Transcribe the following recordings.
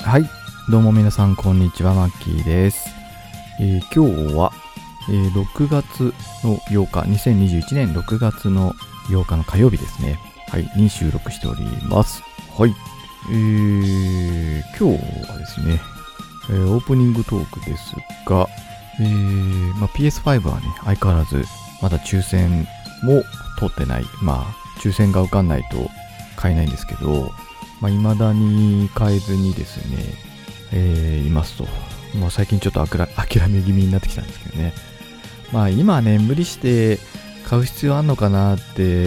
はい、どうも皆さんこんにちは、マッキーです。今日は、6月の8日、2021年6月の8日の火曜日ですね。はい、に収録しております。はい、今日はですね、オープニングトークですが、PS5 はね、相変わらずまだ抽選も通ってない。抽選が受かんないと買えないんですけど、未だに買えずにですね、いますと。もう最近ちょっと諦め気味になってきたんですけどね。今はね、無理して買う必要あんのかなって、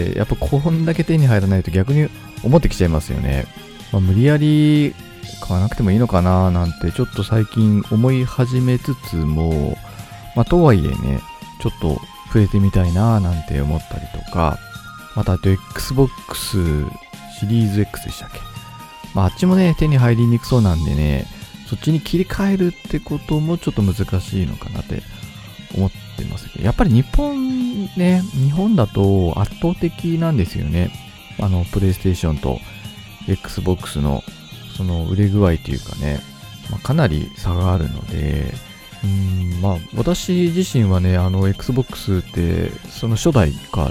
やっぱこんだけ手に入らないと逆に思ってきちゃいますよね。無理やり買わなくてもいいのかななんてちょっと最近思い始めつつも、とはいえね、ちょっと触れてみたいななんて思ったりとか、またあと Xbox シリーズ X でしたっけ。あっちもね、手に入りにくそうなんでね、そっちに切り替えるってこともちょっと難しいのかなって思ってますけど、やっぱり日本だと圧倒的なんですよね。プレイステーションと Xbox のその売れ具合というかね、かなり差があるので、私自身はね、Xbox ってその初代から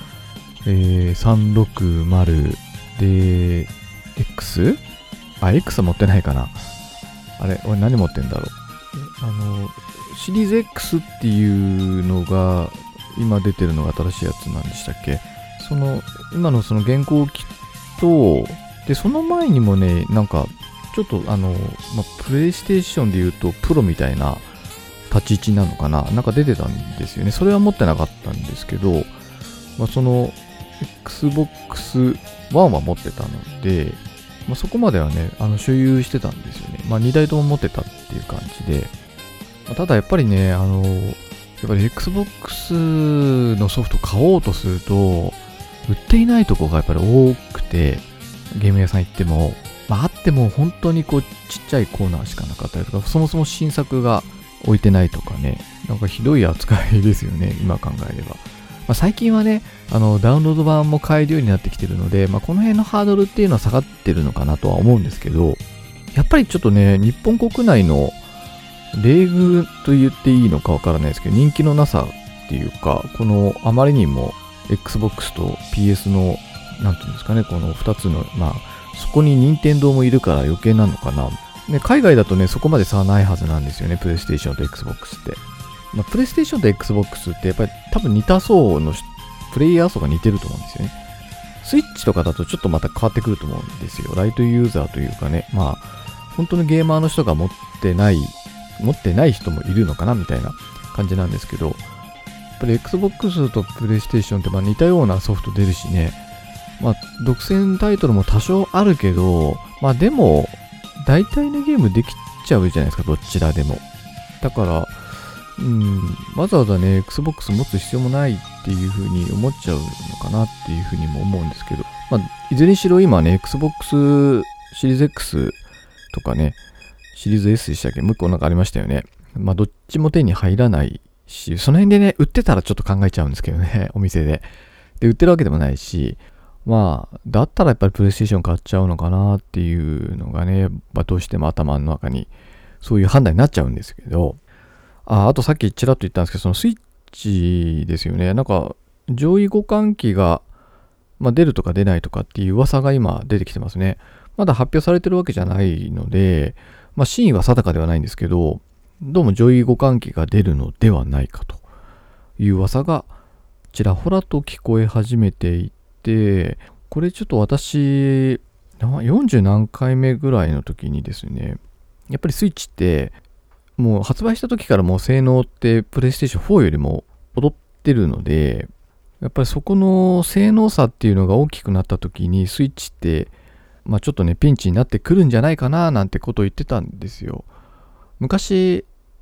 、360で、X は持ってないかな。俺何持ってんだろう。シリーズ X っていうのが、今出てるのが新しいやつなんでしたっけ。今のその現行機と、で、その前にもね、ちょっとプレイステーションで言うと、プロみたいな立ち位置なのかな。出てたんですよね。それは持ってなかったんですけど、その、Xbox One は持ってたので、そこまではね、所有してたんですよね。2台とも持ってたっていう感じで。ただやっぱりね、やっぱり Xbox のソフト買おうとすると、売っていないとこがやっぱり多くて、ゲーム屋さん行っても、あっても本当にちっちゃいコーナーしかなかったりとか、そもそも新作が置いてないとかね、ひどい扱いですよね、今考えれば。最近はね、ダウンロード版も買えるようになってきてるので、この辺のハードルっていうのは下がってるのかなとは思うんですけど、やっぱりちょっとね、日本国内の冷遇と言っていいのかわからないですけど、人気のなさっていうか、あまりにも Xbox と PS の、なんていうんですかね、この2つの、そこに任天堂もいるから余計なのかな。ね、海外だとね、そこまで差はないはずなんですよね、プレイステーションと Xbox って。プレイステーションと Xbox ってやっぱり多分似た層のプレイヤー層が似てると思うんですよね。スイッチとかだとちょっとまた変わってくると思うんですよ。ライトユーザーというかね、本当のゲーマーの人が持ってない人もいるのかなみたいな感じなんですけど、やっぱり Xbox とプレイステーションって似たようなソフト出るしね、独占タイトルも多少あるけど、でも大体のゲームできちゃうじゃないですか、どちらでも。だからわざわざね、Xbox 持つ必要もないっていう風に思っちゃうのかなっていう風にも思うんですけど、いずれにしろ今ね、Xbox シリーズ X とかね、シリーズ S でしたっけ、もう一個ありましたよね。どっちも手に入らないし、その辺でね、売ってたらちょっと考えちゃうんですけどね、お店で。で、売ってるわけでもないし、だったらやっぱりプレイステーション買っちゃうのかなっていうのがね、どうしても頭の中にそういう判断になっちゃうんですけど、あとさっきちらっと言ったんですけど、そのスイッチですよね。上位互換機が、出るとか出ないとかっていう噂が今出てきてますね。まだ発表されてるわけじゃないので、真意は定かではないんですけど、どうも上位互換機が出るのではないかという噂がちらほらと聞こえ始めていて、これちょっと私、40何回目ぐらいの時にですね、やっぱりスイッチって、もう発売した時からもう性能ってプレイステーション4よりも劣ってるので、やっぱりそこの性能差っていうのが大きくなった時にスイッチって、ちょっとねピンチになってくるんじゃないかななんてことを言ってたんですよ。昔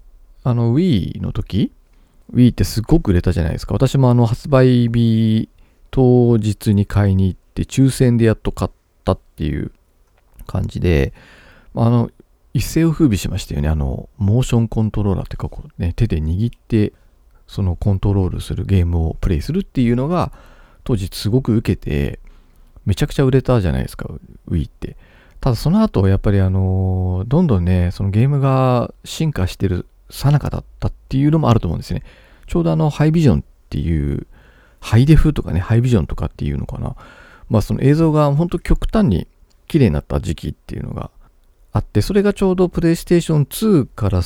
Wii の時 Wii ってすごく売れたじゃないですか。私も発売日当日に買いに行って抽選でやっと買ったっていう感じで、一世を風靡しましたよね。モーションコントローラーってか手で握ってそのコントロールするゲームをプレイするっていうのが当時すごく受けてめちゃくちゃ売れたじゃないですか、Wii って。 ただその後やっぱりどんどんねそのゲームが進化してる最中だったっていうのもあると思うんですね。ちょうどハイビジョンっていうハイデフとかね、ハイビジョンとかっていうのかな。まあその映像が本当極端に綺麗になった時期っていうのがあって、それがちょうどプレイステーション2から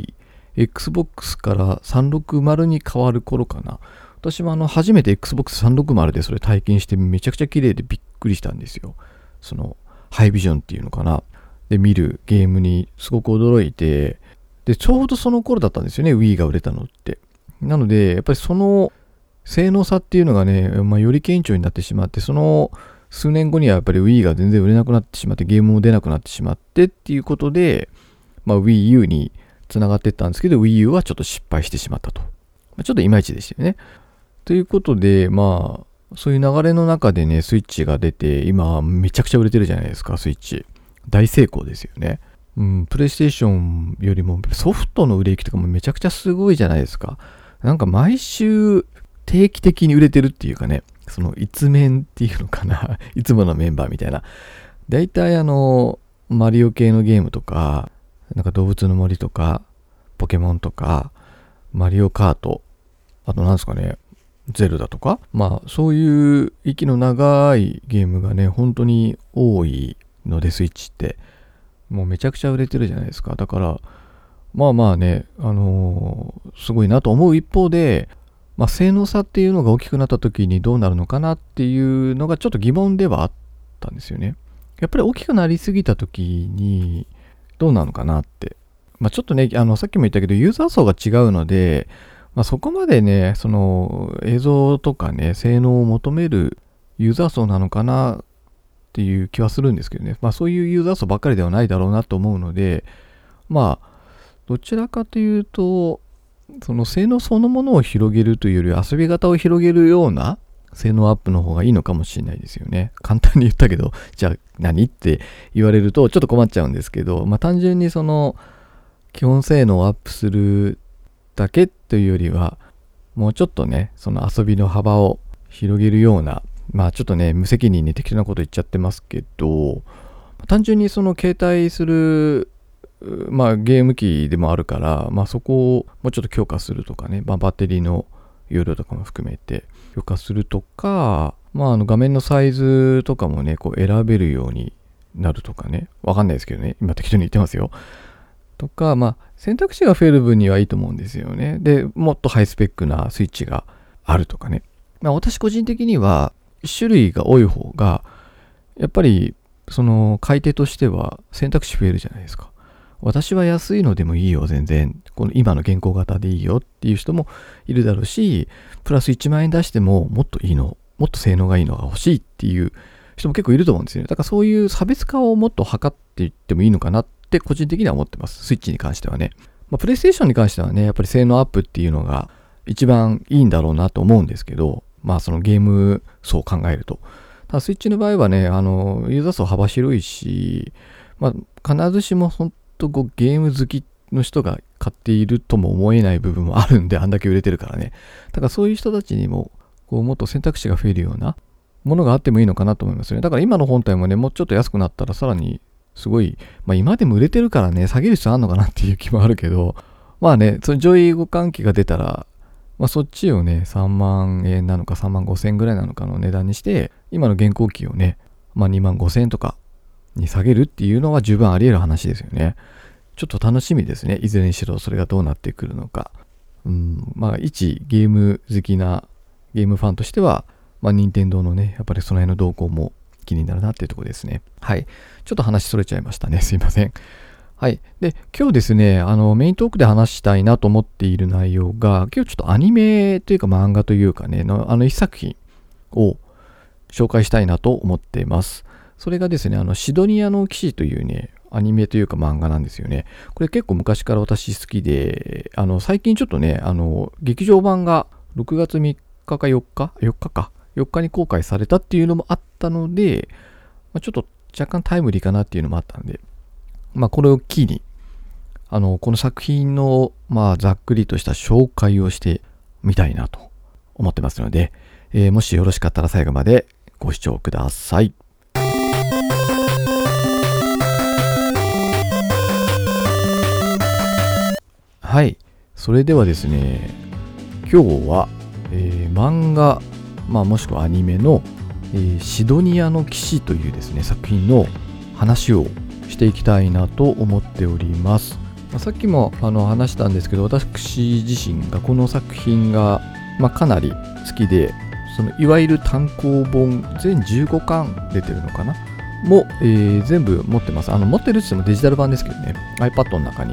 3、Xbox から360に変わる頃かな。私も初めて Xbox 360でそれ体験してめちゃくちゃ綺麗でびっくりしたんですよ。そのハイビジョンっていうのかな。で見るゲームにすごく驚いて、でちょうどその頃だったんですよね、Wii が売れたのって。なのでやっぱりその性能差っていうのがね、より顕著になってしまって、その数年後にはやっぱり Wii が全然売れなくなってしまって、ゲームも出なくなってしまってっていうことで、Wii U につながっていったんですけど、Wii U はちょっと失敗してしまったと。ちょっといまいちでしたよね。ということで、そういう流れの中でね、スイッチが出て、今めちゃくちゃ売れてるじゃないですか、スイッチ。大成功ですよね。プレイステーションよりもソフトの売れ行きとかもめちゃくちゃすごいじゃないですか。なんか毎週定期的に売れてるっていうかね、その一面っていうのかな、いつものメンバーみたいな。だいたいマリオ系のゲームとか、なんか動物の森とか、ポケモンとか、マリオカート、あとなんですかね、ゼルダとか、そういう息の長いゲームがね、本当に多いので、スイッチって。もうめちゃくちゃ売れてるじゃないですか。だから、ね、すごいなと思う一方で、性能差っていうのが大きくなった時にどうなるのかなっていうのがちょっと疑問ではあったんですよね。やっぱり大きくなりすぎた時にどうなのかなって。ちょっとね、さっきも言ったけど、ユーザー層が違うので、そこまでね、その映像とかね、性能を求めるユーザー層なのかなっていう気はするんですけどね。そういうユーザー層ばっかりではないだろうなと思うので、どちらかというと、その性能そのものを広げるというより遊び方を広げるような性能アップの方がいいのかもしれないですよね。簡単に言ったけど、じゃあ何って言われるとちょっと困っちゃうんですけど、単純にその基本性能をアップするだけというよりは、もうちょっとね、その遊びの幅を広げるような、ちょっとね、無責任に適当なこと言っちゃってますけど、単純にその携帯するゲーム機でもあるから、そこをもうちょっと強化するとかね、バッテリーの容量とかも含めて強化するとか、画面のサイズとかもね、こう選べるようになるとかね、わかんないですけどね、今適当に言ってますよ。とか、選択肢が増える分にはいいと思うんですよね。で、もっとハイスペックなスイッチがあるとかね。私個人的には種類が多い方が、やっぱりその買い手としては選択肢増えるじゃないですか。私は安いのでもいいよ、全然。この今の現行型でいいよっていう人もいるだろうし、プラス1万円出してももっといいの、もっと性能がいいのが欲しいっていう人も結構いると思うんですよね。だからそういう差別化をもっと図っていってもいいのかなって個人的には思ってます。スイッチに関してはね。プレイステーションに関してはね、やっぱり性能アップっていうのが一番いいんだろうなと思うんですけど、そのゲーム層を考えると。ただスイッチの場合はね、ユーザー層幅広いし、必ずしも本当ゲーム好きの人が買っているとも思えない部分もあるんで、あんだけ売れてるからね。だからそういう人たちにももっと選択肢が増えるようなものがあってもいいのかなと思いますね。だから今の本体もね、もうちょっと安くなったらさらにすごい、今でも売れてるからね、下げる必要あるのかなっていう気もあるけど、その上位互換機が出たら、そっちをね、3万円なのか3万5千円ぐらいなのかの値段にして、今の現行機をね、2万5千円とかに下げるっていうのは十分あり得る話ですよね。ちょっと楽しみですね。いずれにしろそれがどうなってくるのか。一ゲーム好きなゲームファンとしては、任天堂のね、やっぱりその辺の動向も気になるなっていうところですね。はい。ちょっと話それちゃいましたね。すいません。はい。で、今日ですね、メイントークで話したいなと思っている内容が、今日ちょっとアニメというか漫画というかね、一作品を紹介したいなと思っています。それがですね、シドニアの騎士というね、アニメというか漫画なんですよね。これ結構昔から私好きで、最近ちょっとね、劇場版が6月3日か4日に公開されたっていうのもあったので、ちょっと若干タイムリーかなっていうのもあったんで、これを機に、この作品の、ざっくりとした紹介をしてみたいなと思ってますので、もしよろしかったら最後までご視聴ください。 はい、それではですね、今日は、漫画、もしくはアニメの、シドニアの騎士というですね作品の話をしていきたいなと思っております。さっきも話したんですけど、私自身がこの作品が、かなり好きで、そのいわゆる単行本全15巻出てるのかなも、全部持ってます。持ってるって言ってもデジタル版ですけどね、 iPad の中に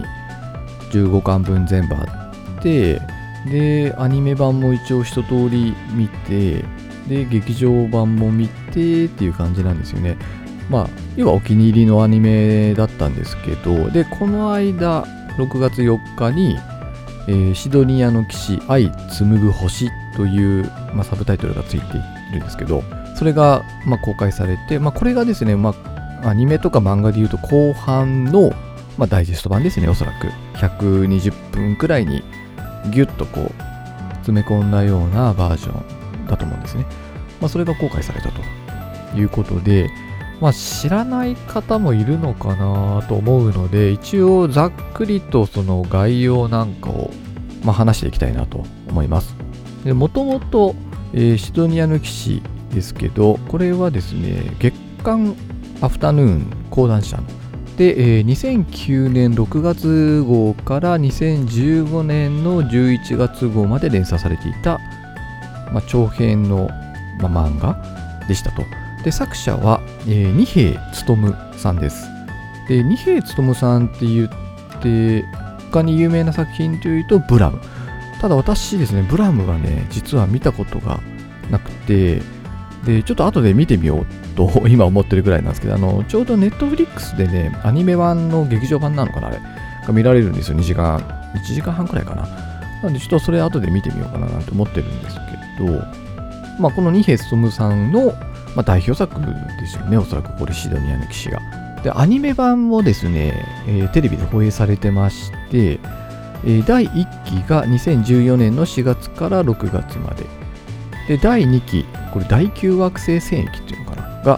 15巻分全部あって、でアニメ版も一応一通り見て、で劇場版も見てっていう感じなんですよね。要はお気に入りのアニメだったんですけど、でこの間6月4日に、シドニアの騎士愛紡ぐ星という、サブタイトルがついているんですけど、それが、公開されて、これがですね、アニメとか漫画でいうと後半の、ダイジェスト版ですね。おそらく120分くらいにギュッとこう詰め込んだようなバージョンだと思うんですね。それが公開されたということで、知らない方もいるのかなと思うので、一応ざっくりとその概要なんかを、話していきたいなと思います。もともとシドニアの騎士ですけど、これはですね、月刊アフタヌーン講談社で、2009年6月号から2015年の11月号まで連載されていた、長編の、漫画でしたと。で作者は、二瓶勉さんです。で二瓶勉さんって言って他に有名な作品というとブラム。ただ私ですね、ブラムはね実は見たことがなくて、でちょっと後で見てみようと今思ってるぐらいなんですけど、ちょうどネットフリックスでねアニメ版の劇場版なのかな、あれが見られるんですよ。1時間半くらいかな。なんでちょっとそれ後で見てみようかななんて思ってるんですけど、この二瓶勉さんの代表作ですよね、おそらくこれシドニアの騎士が。でアニメ版もですね、テレビで放映されてまして、第1期が2014年の4月から6月まで、で第2期、これ第9惑星戦役っていうのかなが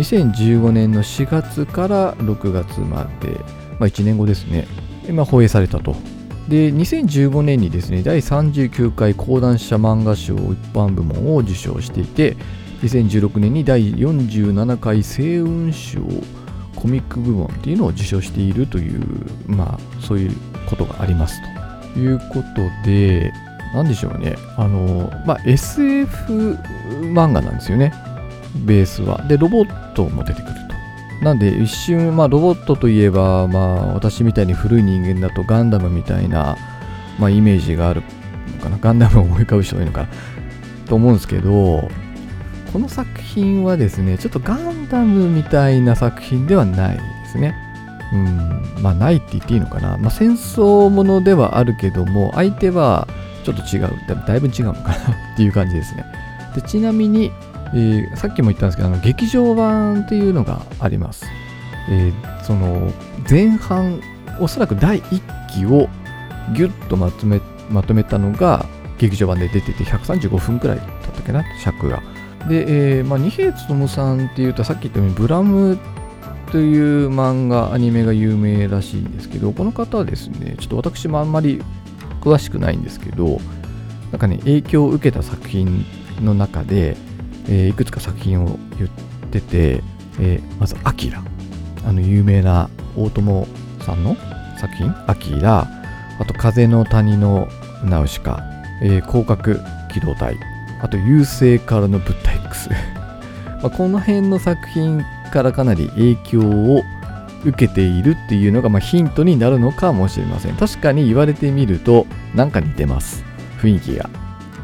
2015年の4月から6月まで、1年後ですね、放映されたと。で2015年にですね、第39回講談社漫画賞一般部門を受賞していて、2016年に第47回星雲賞コミック部門っていうのを受賞しているという、そういうことがありますということで、なんでしょうね、SF 漫画なんですよね、ベースは。でロボットも出てくると。なんで一瞬、ロボットといえば、私みたいに古い人間だとガンダムみたいな、イメージがあるのかな、ガンダムを思い浮かぶ人がいるのかなと思うんですけど、この作品はですね、ちょっとガンダムみたいな作品ではないですね。ないって言っていいのかな。戦争ものではあるけども、相手はちょっと違う、だいぶ違うのかなっていう感じですね。でちなみに、さっきも言ったんですけど、劇場版っていうのがあります。その前半、おそらく第1期をギュッとまとめたのが劇場版で出てて、135分くらいだったっけな、尺が。で、二瓶勉さんっていうと、さっき言ったようにブラムという漫画アニメが有名らしいんですけど、この方はですね、ちょっと私もあんまり詳しくないんですけど、影響を受けた作品の中で、いくつか作品を言ってて、まずアキラ、有名な大友さんの作品アキラ、あと風の谷のナウシカ、広角機動隊、あと優勢からの物体 X この辺の作品からかなり影響を受けているっていうのが、ヒントになるのかもしれません。確かに言われてみるとなんか似てます、雰囲気が。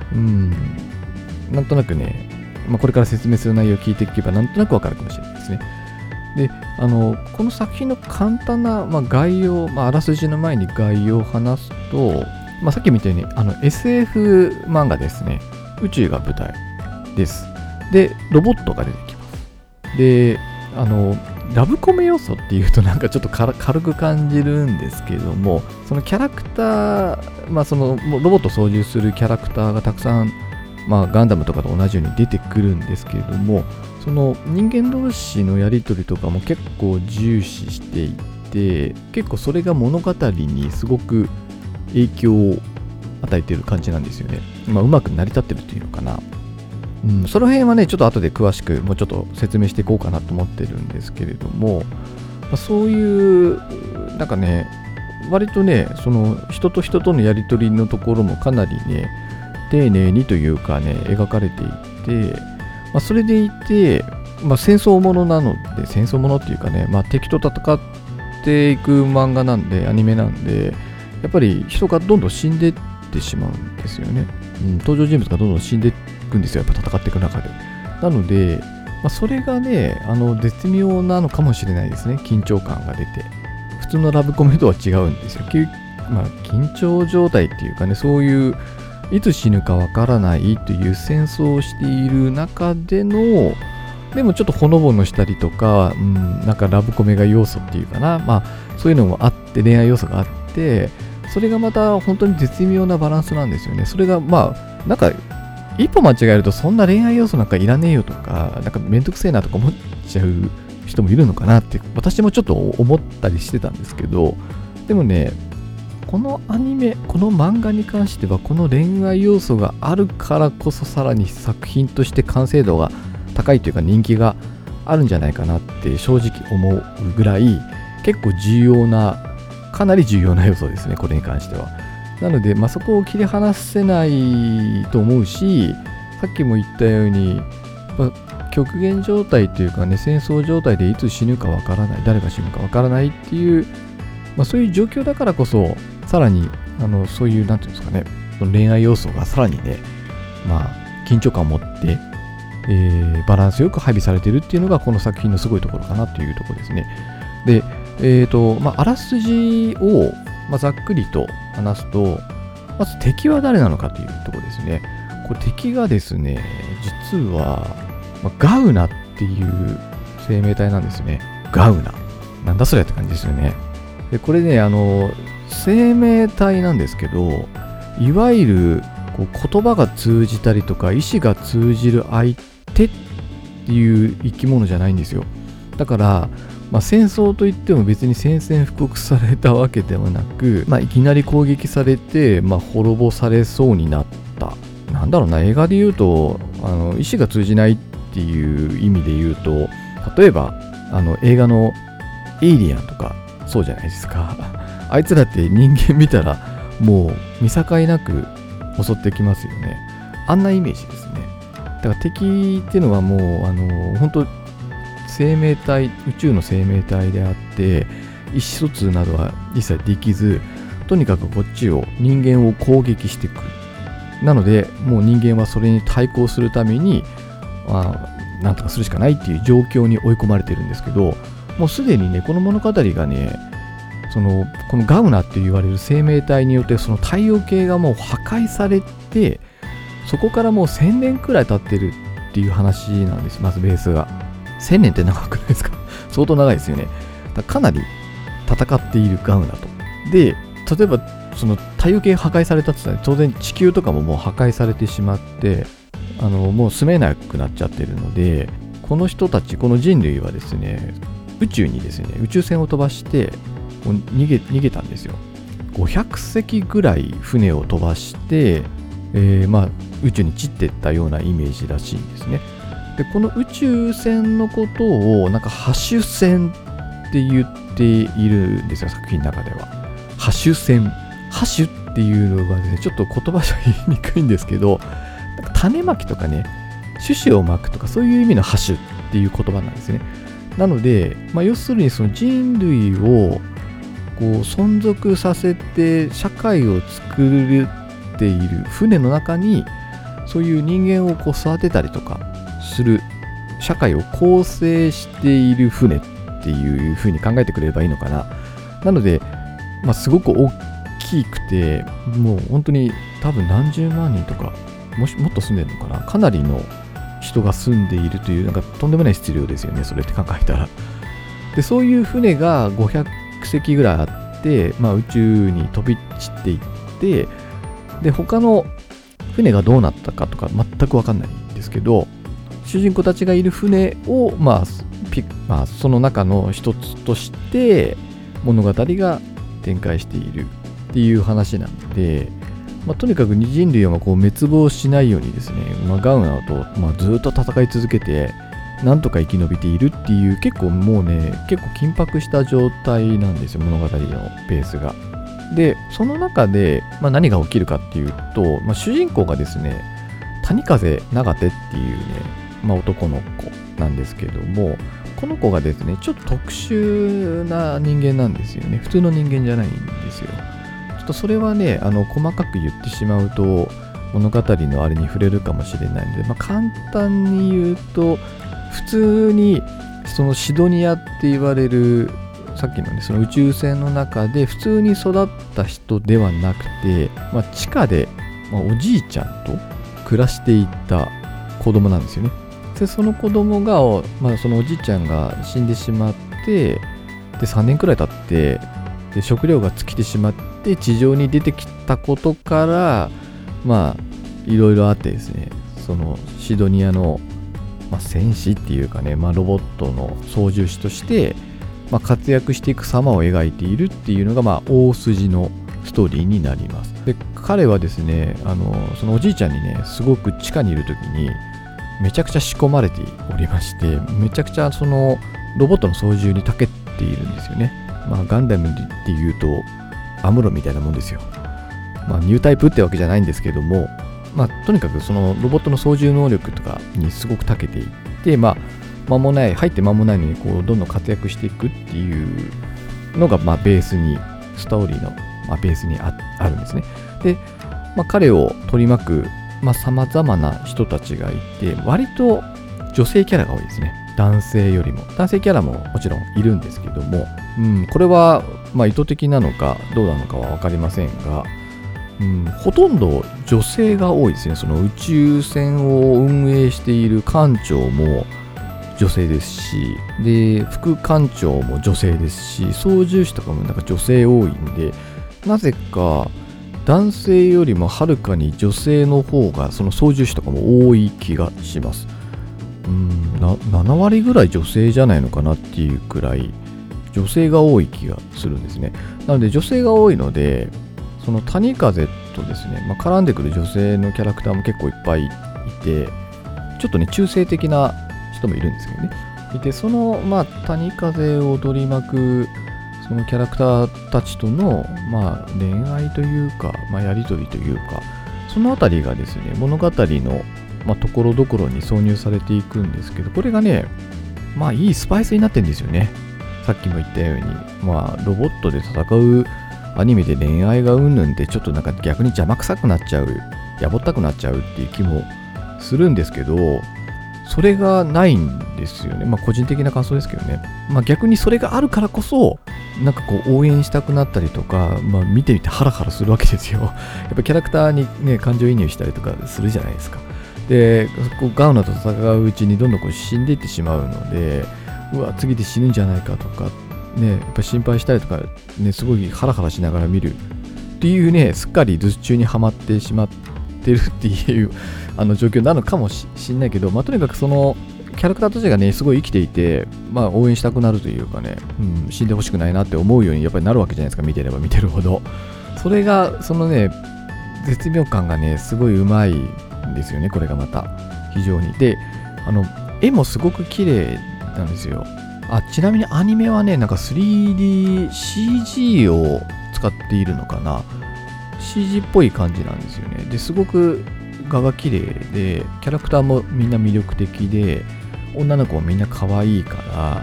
なんとなくね、これから説明する内容を聞いていけばなんとなくわかるかもしれないですね。でこの作品の簡単な、概要、あらすじの前に概要を話すと、さっきみたいにSF 漫画ですね。宇宙が舞台です。でロボットが出てきます。でラブコメ要素っていうとなんかちょっと軽く感じるんですけども、そのキャラクター、そのロボットを操縦するキャラクターがたくさん、ガンダムとかと同じように出てくるんですけれども、その人間同士のやり取りとかも結構重視していて、結構それが物語にすごく影響を与えている感じなんですよね。うまく成り立ってるっていうのかな。その辺はねちょっと後で詳しくもうちょっと説明していこうかなと思ってるんですけれども、そういうなんかね割とねその人と人とのやり取りのところもかなりね丁寧にというかね描かれていて、それでいて、戦争ものなので戦争ものっていうかね、敵と戦っていく漫画なんでアニメなんでやっぱり人がどんどん死んでってしまうんですよね。登場人物がどんどん死んでいくんですよ、やっぱ戦っていく中で。なので、それがね絶妙なのかもしれないですね。緊張感が出て普通のラブコメとは違うんですよ。緊張状態っていうかね、そういういつ死ぬかわからないという戦争をしている中でのでもちょっとほのぼのしたりとか、なんかラブコメが要素っていうかな、そういうのもあって恋愛要素があってそれがまた本当に絶妙なバランスなんですよね。それがなんか一歩間違えるとそんな恋愛要素なんかいらねえよとかなんかめんどくせえなとか思っちゃう人もいるのかなって私もちょっと思ったりしてたんですけど、でもねこのアニメこの漫画に関してはこの恋愛要素があるからこそさらに作品として完成度が高いというか人気があるんじゃないかなって正直思うぐらい結構かなり重要な要素ですね、これに関しては。なので、そこを切り離せないと思うし、さっきも言ったように、極限状態というかね、戦争状態でいつ死ぬかわからない、誰が死ぬかわからないっていう、そういう状況だからこそ、さらに、そういう、なんていうんですかね、恋愛要素がさらにね、緊張感を持って、バランスよく配備されているっていうのが、この作品のすごいところかなというところですね。で、あらすじを、ざっくりと話すと、まず敵は誰なのかというところですね。これ敵がですね、実は、ガウナっていう生命体なんですね。ガウナ。なんだそれって感じですよね。で、これね、生命体なんですけど、いわゆる言葉が通じたりとか、意思が通じる相手っていう生き物じゃないんですよ。だから、戦争といっても別に宣戦布告されたわけではなく、いきなり攻撃されて、滅ぼされそうになった。なんだろうな、映画で言うと、意思が通じないっていう意味で言うと、例えば、映画のエイリアンとか、そうじゃないですか。あいつらって人間見たら、もう見境なく襲ってきますよね。あんなイメージですね。だから敵っていうのはもう、本当生命体、宇宙の生命体であって意思疎通などは一切できず、とにかくこっちを人間を攻撃してくる。なのでもう人間はそれに対抗するためになんとかするしかないっていう状況に追い込まれてるんですけど、もうすでにねこの物語がねこのガウナって言われる生命体によってその太陽系がもう破壊されて、そこからもう1000年くらい経ってるっていう話なんです。まずベースが1000年って長くないですか？相当長いですよね。かなり戦っているガウナと。で、例えばその太陽系破壊されたって言ったら当然地球とかももう破壊されてしまってもう住めなくなっちゃってるので、この人たちこの人類はですね宇宙にですね宇宙船を飛ばして逃げたんですよ。500隻ぐらい船を飛ばして、宇宙に散っていったようなイメージらしいんですね。でこの宇宙船のことをなんか波種船って言っているんですよ、作品の中では。波種船、波種っていうのがねちょっと言葉じゃ言いにくいんですけど、なんか種まきとかね種子をまくとかそういう意味の波種っていう言葉なんですね。なので、要するにその人類を存続させて社会を作っている船の中にそういう人間を育てたりとかする社会を構成している船っていう風に考えてくれればいいのかな。なので、すごく大きくてもう本当に多分何十万人とかもっと住んでるのかな、かなりの人が住んでいるというなんかとんでもない質量ですよね、それって考えたら。でそういう船が500隻ぐらいあって、宇宙に飛び散っていって、で他の船がどうなったかとか全く分かんないんですけど、主人公たちがいる船を、その中の一つとして物語が展開しているっていう話なので、とにかく人類はこう滅亡しないようにですね、ガウナーとずっと戦い続けてなんとか生き延びているっていう、結構もうね結構緊迫した状態なんですよ、物語のベースが。でその中で、何が起きるかっていうと、主人公がですね谷風長手っていうね、男の子なんですけども、この子がですねちょっと特殊な人間なんですよね。普通の人間じゃないんですよ。ちょっとそれはね細かく言ってしまうと物語のあれに触れるかもしれないので、簡単に言うと、普通にそのシドニアって言われるさっきのねその宇宙船の中で普通に育った人ではなくて、地下で、おじいちゃんと暮らしていた子供なんですよね。でその子供が、そのおじいちゃんが死んでしまって、で3年くらい経ってで食料が尽きてしまって地上に出てきたことから、いろいろあってですね、そのシドニアの、戦士っていうかね、ロボットの操縦士として、活躍していく様を描いているっていうのが、大筋のストーリーになります。で彼はですねそのおじいちゃんにねすごく地下にいる時にめちゃくちゃ仕込まれておりまして、めちゃくちゃそのロボットの操縦に長けているんですよね。ガンダムっていうとアムロみたいなもんですよ。ニュータイプってわけじゃないんですけども、とにかくそのロボットの操縦能力とかにすごく長けていって、入って間もないのにこうどんどん活躍していくっていうのがベースにストーリーのベースに あるんですね。で、彼を取り巻く様々な人たちがいて、割と女性キャラが多いですね。男性よりも。男性キャラももちろんいるんですけども、これは意図的なのかどうなのかは分かりませんが、ほとんど女性が多いですね。その宇宙船を運営している艦長も女性ですし、で副艦長も女性ですし、操縦士とかも女性多いんで、なぜか男性よりもはるかに女性の方がその操縦士とかも多い気がします。7割ぐらい女性じゃないのかなっていうくらい女性が多い気がするんですね。なので女性が多いので、その谷風とですね、絡んでくる女性のキャラクターも結構いっぱいいて、ちょっとね中性的な人もいるんですけどね。でその谷風を取り巻くそのキャラクターたちとの恋愛というか、やり取りというか、そのあたりがですね物語のところどころに挿入されていくんですけど、これがねいいスパイスになってるんですよね。さっきも言ったようにロボットで戦うアニメで恋愛がうんぬんでちょっと逆に邪魔くさくなっちゃう、やぼったくなっちゃうっていう気もするんですけど、それがないんですよね。個人的な感想ですけどね。逆にそれがあるからこそ応援したくなったりとか、見てみてハラハラするわけですよ。やっぱキャラクターにね感情移入したりとかするじゃないですか。でガウナと戦ううちにどんどん死んでいってしまうので、次で死ぬんじゃないかとかね、やっぱ心配したりとかね、すごいハラハラしながら見るっていうね、すっかり頭痛にはまってしまってるっていう状況なのかもしれないけど、とにかくそのキャラクターたちがねすごい生きていて、応援したくなるというかね、死んでほしくないなって思うようにやっぱりなるわけじゃないですか。見てれば見てるほどそれがそのね絶妙感がねすごいうまいんですよね。これがまた非常にで、絵もすごく綺麗なんですよ。ちなみにアニメはね3DCG を使っているのかな、 CG っぽい感じなんですよね。ですごく画が綺麗で、キャラクターもみんな魅力的で、女の子もみんな可愛いから、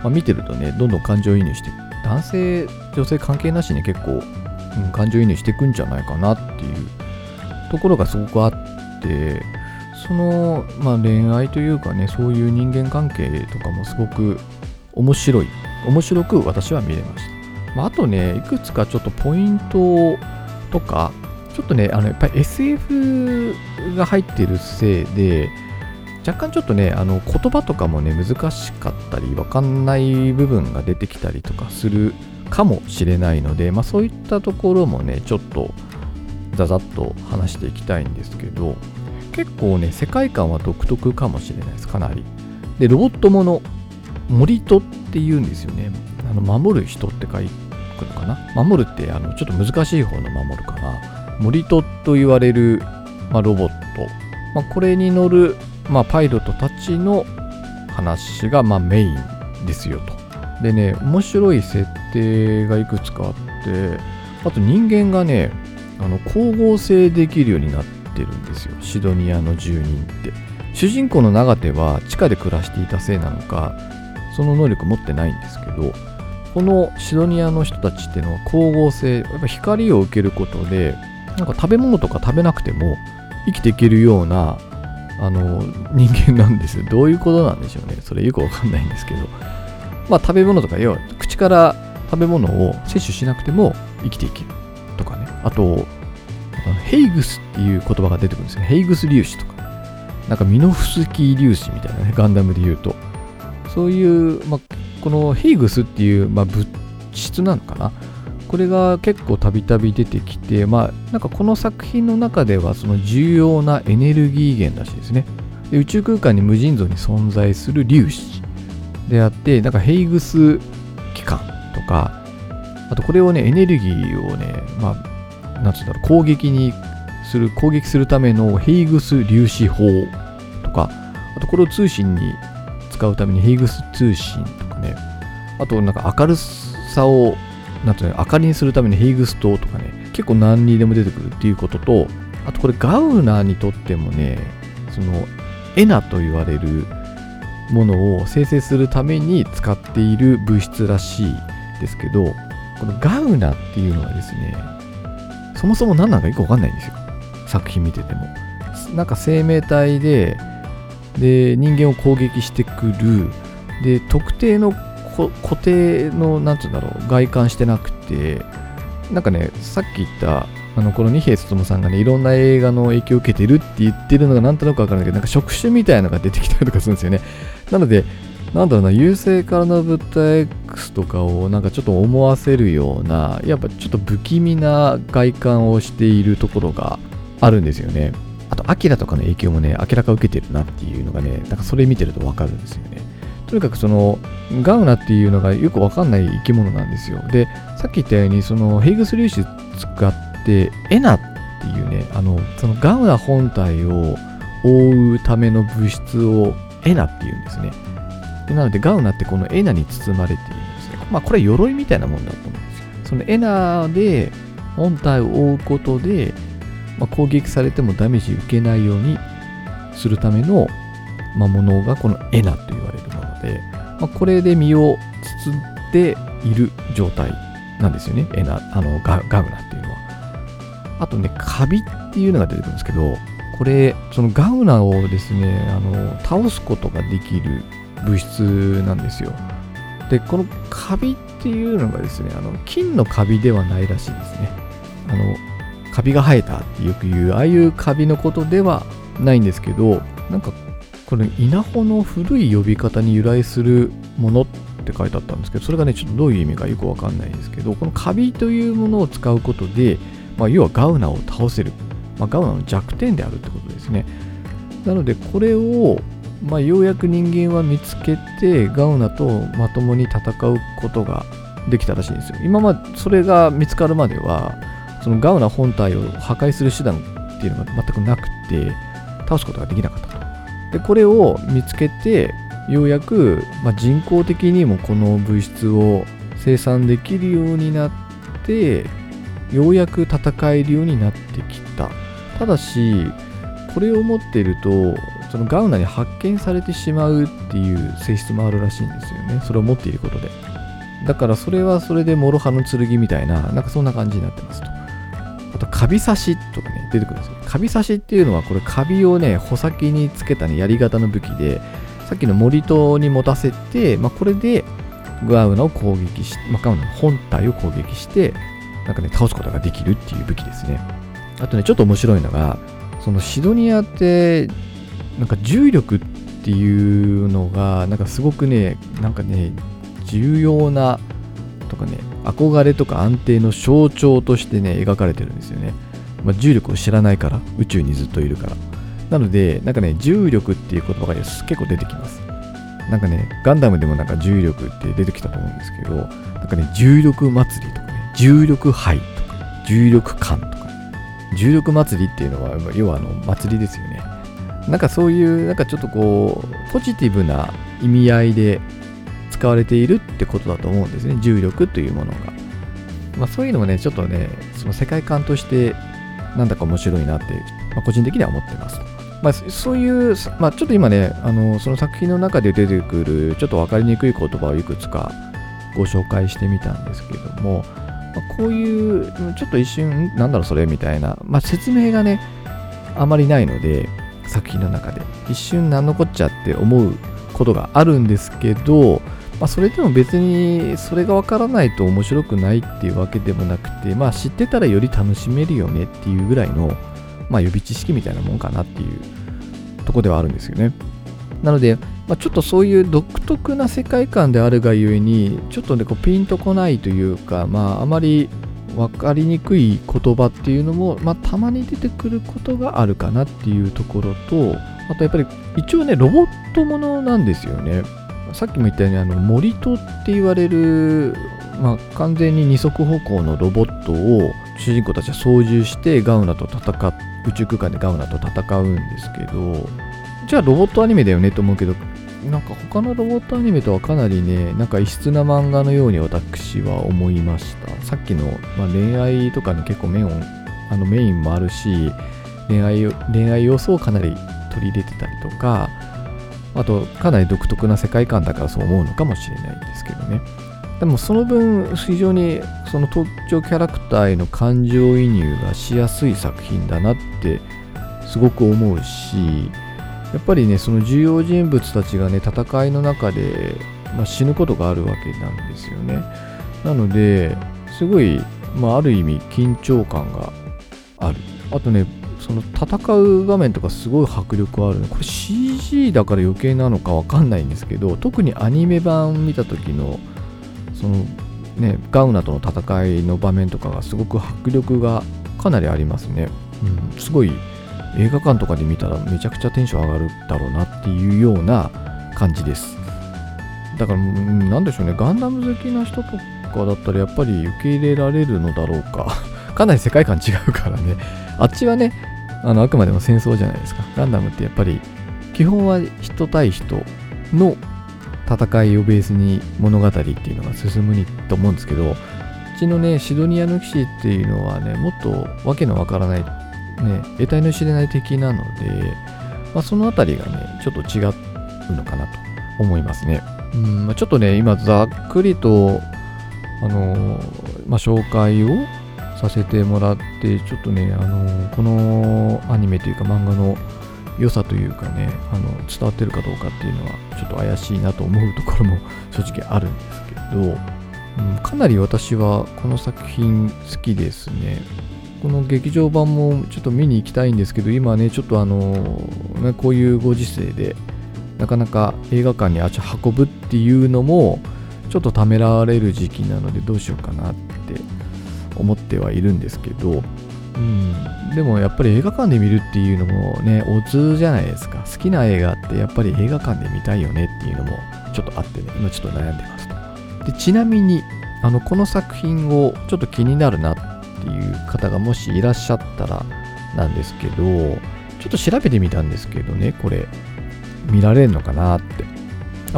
見てるとねどんどん感情移入して、男性女性関係なしに結構、感情移入していくんじゃないかなっていうところがすごくあって、その、恋愛というかね、そういう人間関係とかもすごく面白く私は見れました。あとねいくつかちょっとポイントとか、ちょっとねやっぱり SF が入っているせいで若干ちょっとね言葉とかもね難しかったり分かんない部分が出てきたりとかするかもしれないので、そういったところもねちょっとざざっと話していきたいんですけど、結構ね世界観は独特かもしれないです。かなりで、ロボットもの森戸っていうんですよね。守る人って書くのかな。守るってちょっと難しい方の守るかな。モリトと言われる、ロボット、これに乗る、パイロットたちの話が、メインですよと。でね、面白い設定がいくつかあって、あと人間がね光合成できるようになってるんですよ、シドニアの住人って。主人公のナガテは地下で暮らしていたせいなのかその能力持ってないんですけど、このシドニアの人たちっていうのは光合成、やっぱ光を受けることでなんか食べ物とか食べなくても生きていけるような人間なんですよ。どういうことなんでしょうね、それよくわかんないんですけど、食べ物とか要は口から食べ物を摂取しなくても生きていけるとかね。あとヘイグスっていう言葉が出てくるんですよ。ヘイグス粒子とか、なんかミノフスキー粒子みたいなね、ガンダムで言うとそういう、このヘイグスっていう、物質なのかな、これが結構たびたび出てきて、なんかこの作品の中ではその重要なエネルギー源らしいですね。で宇宙空間に無尽蔵に存在する粒子であって、なんかヘイグス器官とか、あとこれをねエネルギーをねなんつうんだろう、攻撃するためのヘイグス粒子砲とか、あとこれを通信に使うためにヘイグス通信とかね、あとなんか明るさをなんていうの、明かりにするためにヘイグス灯とかね、結構何にでも出てくるっていうことと、あとこれガウナーにとってもね、そのエナと言われるものを生成するために使っている物質らしいですけど、このガウナっていうのはですね、そもそも何なのかよくわかんないんですよ、作品見てても。なんか生命体で人間を攻撃してくる、で特定の固定のなんつうんだろう、外観してなくて、なんかね、さっき言ったこの二瓶勉さんがね、いろんな映画の影響を受けてるって言ってるのがなんとなくわからないけど、なんか触手みたいなのが出てきたりとかするんですよね。なのでなんだろうな、優勢からの物体 X とかをなんかちょっと思わせるような、やっぱちょっと不気味な外観をしているところがあるんですよね。あとアキラとかの影響もね明らか受けてるなっていうのがね、なんかそれ見てるとわかるんですよね。とにかくそのガウナっていうのがよくわかんない生き物なんですよ。でさっき言ったようにそのヘイグス粒子使ってエナっていうね、そのガウナ本体を覆うための物質をエナっていうんですね。でなのでガウナってこのエナに包まれているんですね。これ鎧みたいなもんだと思うんですよ。そのエナで本体を覆うことで、攻撃されてもダメージ受けないようにするための、ものがこのエナと言われるもので、これで身を包んでいる状態なんですよね、ガウナっていうのは。あとね、カビっていうのが出てくるんですけど、これそのガウナをですね倒すことができる物質なんですよ。でこのカビっていうのがですね金のカビではないらしいですね。カビが生えたってよく言うああいうカビのことではないんですけど、なんかこれ稲穂の古い呼び方に由来するものって書いてあったんですけど、それがねちょっとどういう意味かよくわかんないんですけど、このカビというものを使うことで、要はガウナを倒せる、ガウナの弱点であるってことですね。なのでこれをようやく人間は見つけてガウナとまともに戦うことができたらしいんですよ。今それが見つかるまではそのガウナ本体を破壊する手段っていうのが全くなくて倒すことができなかったと。でこれを見つけてようやく、人工的にもこの物質を生産できるようになって、ようやく戦えるようになってきた。ただしこれを持っているとそのガウナに発見されてしまうっていう性質もあるらしいんですよね、それを持っていることで。だからそれはそれで諸刃の剣みたいな、なんかそんな感じになってますと。あとカビ刺しとかね出てくるんですよ。カビ刺しっていうのはこれカビをね穂先につけたね槍型の武器で、さっきの森戸に持たせて、これでガウナを攻撃し、ガウナの本体を攻撃してなんかね倒すことができるっていう武器ですね。あとねちょっと面白いのが、そのシドニアってなんか重力っていうのがなんかすごくね重要なとかね憧れとか安定の象徴としてね描かれてるんですよね。重力を知らないから、宇宙にずっといるから。なので重力っていう言葉が結構出てきます。ガンダムでも重力って出てきたと思うんですけど、重力祭りとかね重力杯とか重力館とか、重力祭りっていうのは要は祭りですよね。なんかそういうなんかちょっとこうポジティブな意味合いで使われているってことだと思うんですね、重力というものが。そういうのもねちょっとねその世界観としてなんだか面白いなって、個人的には思ってます。そういう、ちょっと今ねその作品の中で出てくるちょっと分かりにくい言葉をいくつかご紹介してみたんですけども、こういうちょっと一瞬なんだろうそれみたいな、説明がねあまりないので、作品の中で一瞬何のこっちゃって思うことがあるんですけど、それでも別にそれがわからないと面白くないっていうわけでもなくて、知ってたらより楽しめるよねっていうぐらいの、予備知識みたいなもんかなっていうとこではあるんですよね。なので、ちょっとそういう独特な世界観であるがゆえにちょっとねこうピンとこないというか、あまり分かりにくい言葉っていうのも、たまに出てくることがあるかなっていうところと、あとやっぱり一応ねロボットものなんですよね。さっきも言ったようにモリトって言われる、完全に二足歩行のロボットを主人公たちは操縦して宇宙空間でガウナと戦うんですけど、じゃあロボットアニメだよねと思うけど、なんか他のロボットアニメとはかなりねなんか異質な漫画のように私は思いました。さっきの、恋愛とかに結構メインもあるし、恋愛要素をかなり取り入れてたりとか、あとかなり独特な世界観だからそう思うのかもしれないんですけどね。でもその分非常にその登場キャラクターへの感情移入がしやすい作品だなってすごく思うし、やっぱりねその重要人物たちがね戦いの中で、死ぬことがあるわけなんですよね。なのですごい、ある意味緊張感がある。あとねその戦う場面とかすごい迫力ある。これ CG だから余計なのかわかんないんですけど、特にアニメ版見た時のそのねガウナとの戦いの場面とかがすごく迫力がかなりありますね。すごい映画館とかで見たらめちゃくちゃテンション上がるだろうなっていうような感じです。だからなんでしょうね、ガンダム好きな人とかだったらやっぱり受け入れられるのだろうかかなり世界観違うからね。あっちはねあくまでも戦争じゃないですか。ガンダムってやっぱり基本は人対人の戦いをベースに物語っていうのが進むと思うんですけど、うちのねシドニアの騎士っていうのはねもっとわけのわからないね得体の知れない敵なので、そのあたりがねちょっと違うのかなと思いますね。ちょっとね今ざっくりと紹介をさせてもらって、ちょっとねこのアニメというか漫画の良さというかね伝わってるかどうかっていうのはちょっと怪しいなと思うところも正直あるんですけど、かなり私はこの作品好きですね。この劇場版もちょっと見に行きたいんですけど、今ねちょっとこういうご時世でなかなか映画館に足運ぶっていうのもちょっとためられる時期なのでどうしようかなって思ってはいるんですけど、でもやっぱり映画館で見るっていうのもねオツじゃないですか。好きな映画ってやっぱり映画館で見たいよねっていうのもちょっとあってね、今ちょっと悩んでますと。でちなみにこの作品をちょっと気になるなっていう方がもしいらっしゃったらなんですけど、ちょっと調べてみたんですけどね、これ見られるのかなって。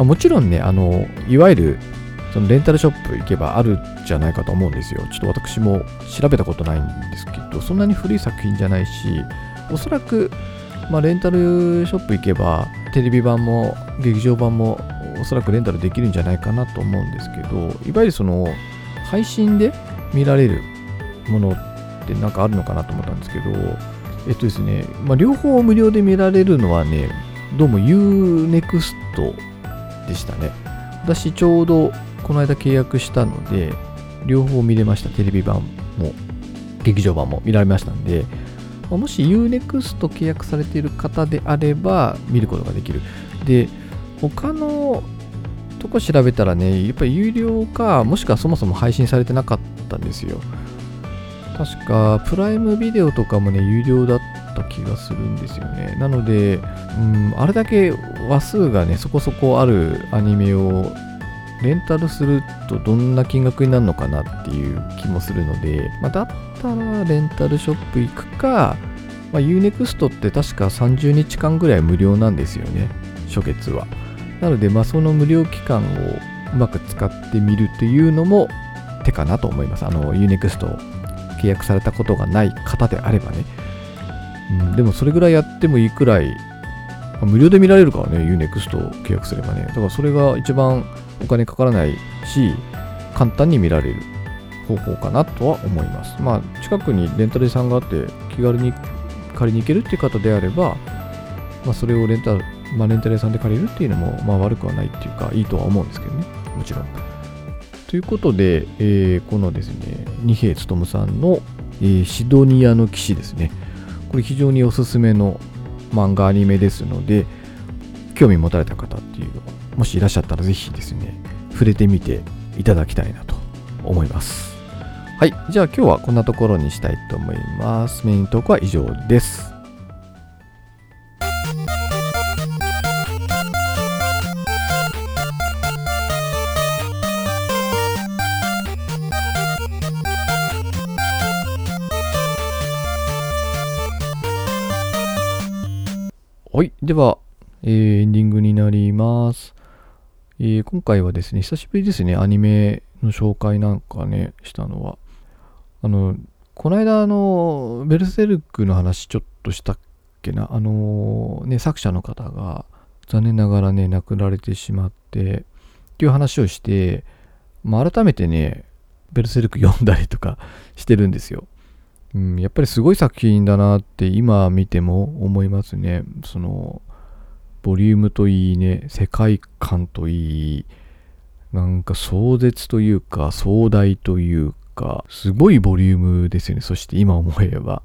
もちろんねいわゆるそのレンタルショップ行けばあるんじゃないかと思うんですよ。ちょっと私も調べたことないんですけど、そんなに古い作品じゃないし、おそらく、レンタルショップ行けばテレビ版も劇場版もおそらくレンタルできるんじゃないかなと思うんですけど、いわゆるその配信で見られるものってなんかあるのかなと思ったんですけど、ですね、両方無料で見られるのはね、どうも UNEXT でしたね。私ちょうどこの間契約したので両方見れました。テレビ版も劇場版も見られましたんで、もし UNEXT 契約されている方であれば見ることができる。で他のとこ調べたらね、やっぱり有料かもしくはそもそも配信されてなかったんですよ。確かプライムビデオとかもね有料だった気がするんですよね。なのであれだけ話数がねそこそこあるアニメをレンタルするとどんな金額になるのかなっていう気もするので、だったらレンタルショップ行くか、Unext って確か30日間ぐらい無料なんですよね、初月は。なので、その無料期間をうまく使ってみるというのも手かなと思います。Unext を契約されたことがない方であればね。でもそれぐらいやってもいいくらい、無料で見られるからね、Unext を契約すればね。だからそれが一番お金かからないし、簡単に見られる方法かなとは思います。近くにレンタル屋さんがあって気軽に借りに行けるっていう方であれば、それをレンタル屋さんで借りるっていうのも、悪くはないっていうか、いいとは思うんですけどね、もちろん。ということで、このですね、二瓶勉さんの、シドニアの騎士ですね。これ非常におすすめの漫画アニメですので、興味持たれた方っていうのがもしいらっしゃったらぜひですね、触れてみていただきたいなと思います。はい、じゃあ今日はこんなところにしたいと思います。メイントークは以上です。はい、では、エンディングになります。今回はですね、久しぶりですね、アニメの紹介なんかね、したのは。この間、ベルセルクの話ちょっとしたっけな。作者の方が残念ながらね、亡くなられてしまって、っていう話をして、改めてね、ベルセルク読んだりとかしてるんですよ。やっぱりすごい作品だなって今見ても思いますね。そのボリュームといいね、世界観といい、なんか壮絶というか壮大というか、すごいボリュームですよね。そして今思えば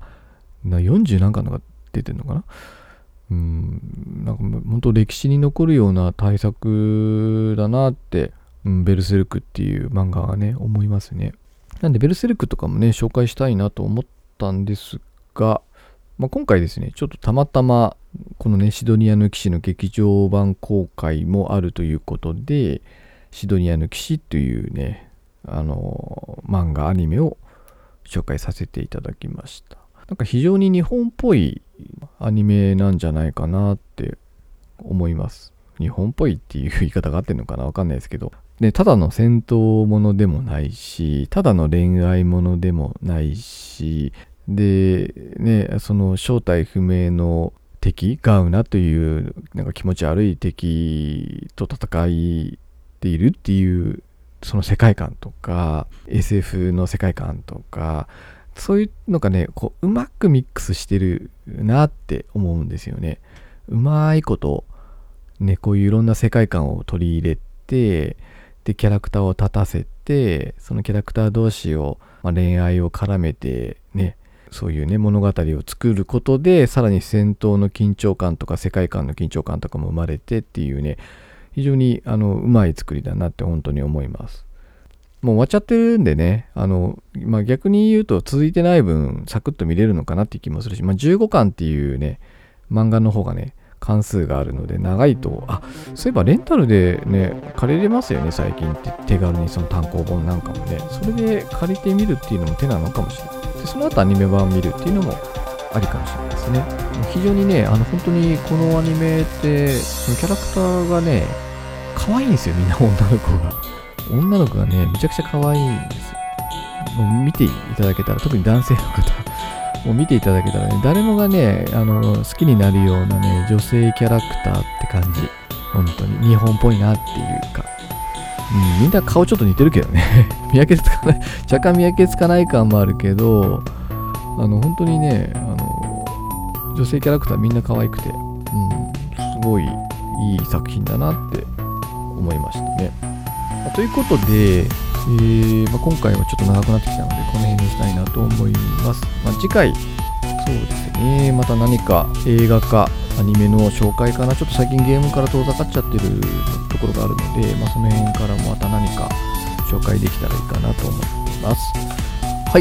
40何巻のが出てるのかな。なんか本当歴史に残るような大作だなって、ベルセルクっていう漫画がね思いますね。なんでベルセルクとかもね紹介したいなと思ったんですが、今回ですねちょっとたまたまこのねシドニアの騎士の劇場版公開もあるということで、シドニアの騎士というね漫画アニメを紹介させていただきました。なんか非常に日本っぽいアニメなんじゃないかなって思います。日本っぽいっていう言い方が合ってるのかなわかんないですけど、でただの戦闘ものでもないし、ただの恋愛ものでもないし、でね、その正体不明の敵ガウナというなんか気持ち悪い敵と戦っているっていうその世界観とか SF の世界観とか、そういうのがねこううまくミックスしてるなって思うんですよね。うまいことね、こういういろんな世界観を取り入れて、でキャラクターを立たせて、そのキャラクター同士を、恋愛を絡めてね、そういうね物語を作ることで、さらに戦闘の緊張感とか世界観の緊張感とかも生まれてっていうね、非常にうまい作りだなって本当に思います。もう終わっちゃってるんでね、逆に言うと続いてない分サクッと見れるのかなっていう気もするし、15巻っていうね漫画の方がね関数があるので長いと、そういえばレンタルでね借りれますよね最近って、手軽にその単行本なんかもね、それで借りてみるっていうのも手なのかもしれない。でその後アニメ版を見るっていうのもありかもしれないですね。非常にね本当にこのアニメってキャラクターがね可愛いんですよ。みんな女の子がねめちゃくちゃ可愛いんですよ。もう見ていただけたら、特に男性の方もう見ていただけたらね、誰もがね好きになるようなね女性キャラクターって感じ。本当に日本っぽいなっていうか、みんな顔ちょっと似てるけどね見分けつかない、若干見分けつかない感もあるけど、本当にね女性キャラクターみんな可愛くて、すごいいい作品だなって思いましたね。ということで、今回はちょっと長くなってきたのでこの辺にしたいなと思います。次回そうですね、また何か映画かアニメの紹介かな。ちょっと最近ゲームから遠ざかっちゃってるところがあるので、その辺からもまた何か紹介できたらいいかなと思っています。はい、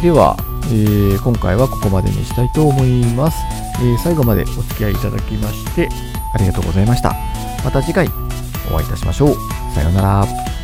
では、今回はここまでにしたいと思います。最後までお付き合いいただきましてありがとうございました。また次回お会いいたしましょう。さようなら。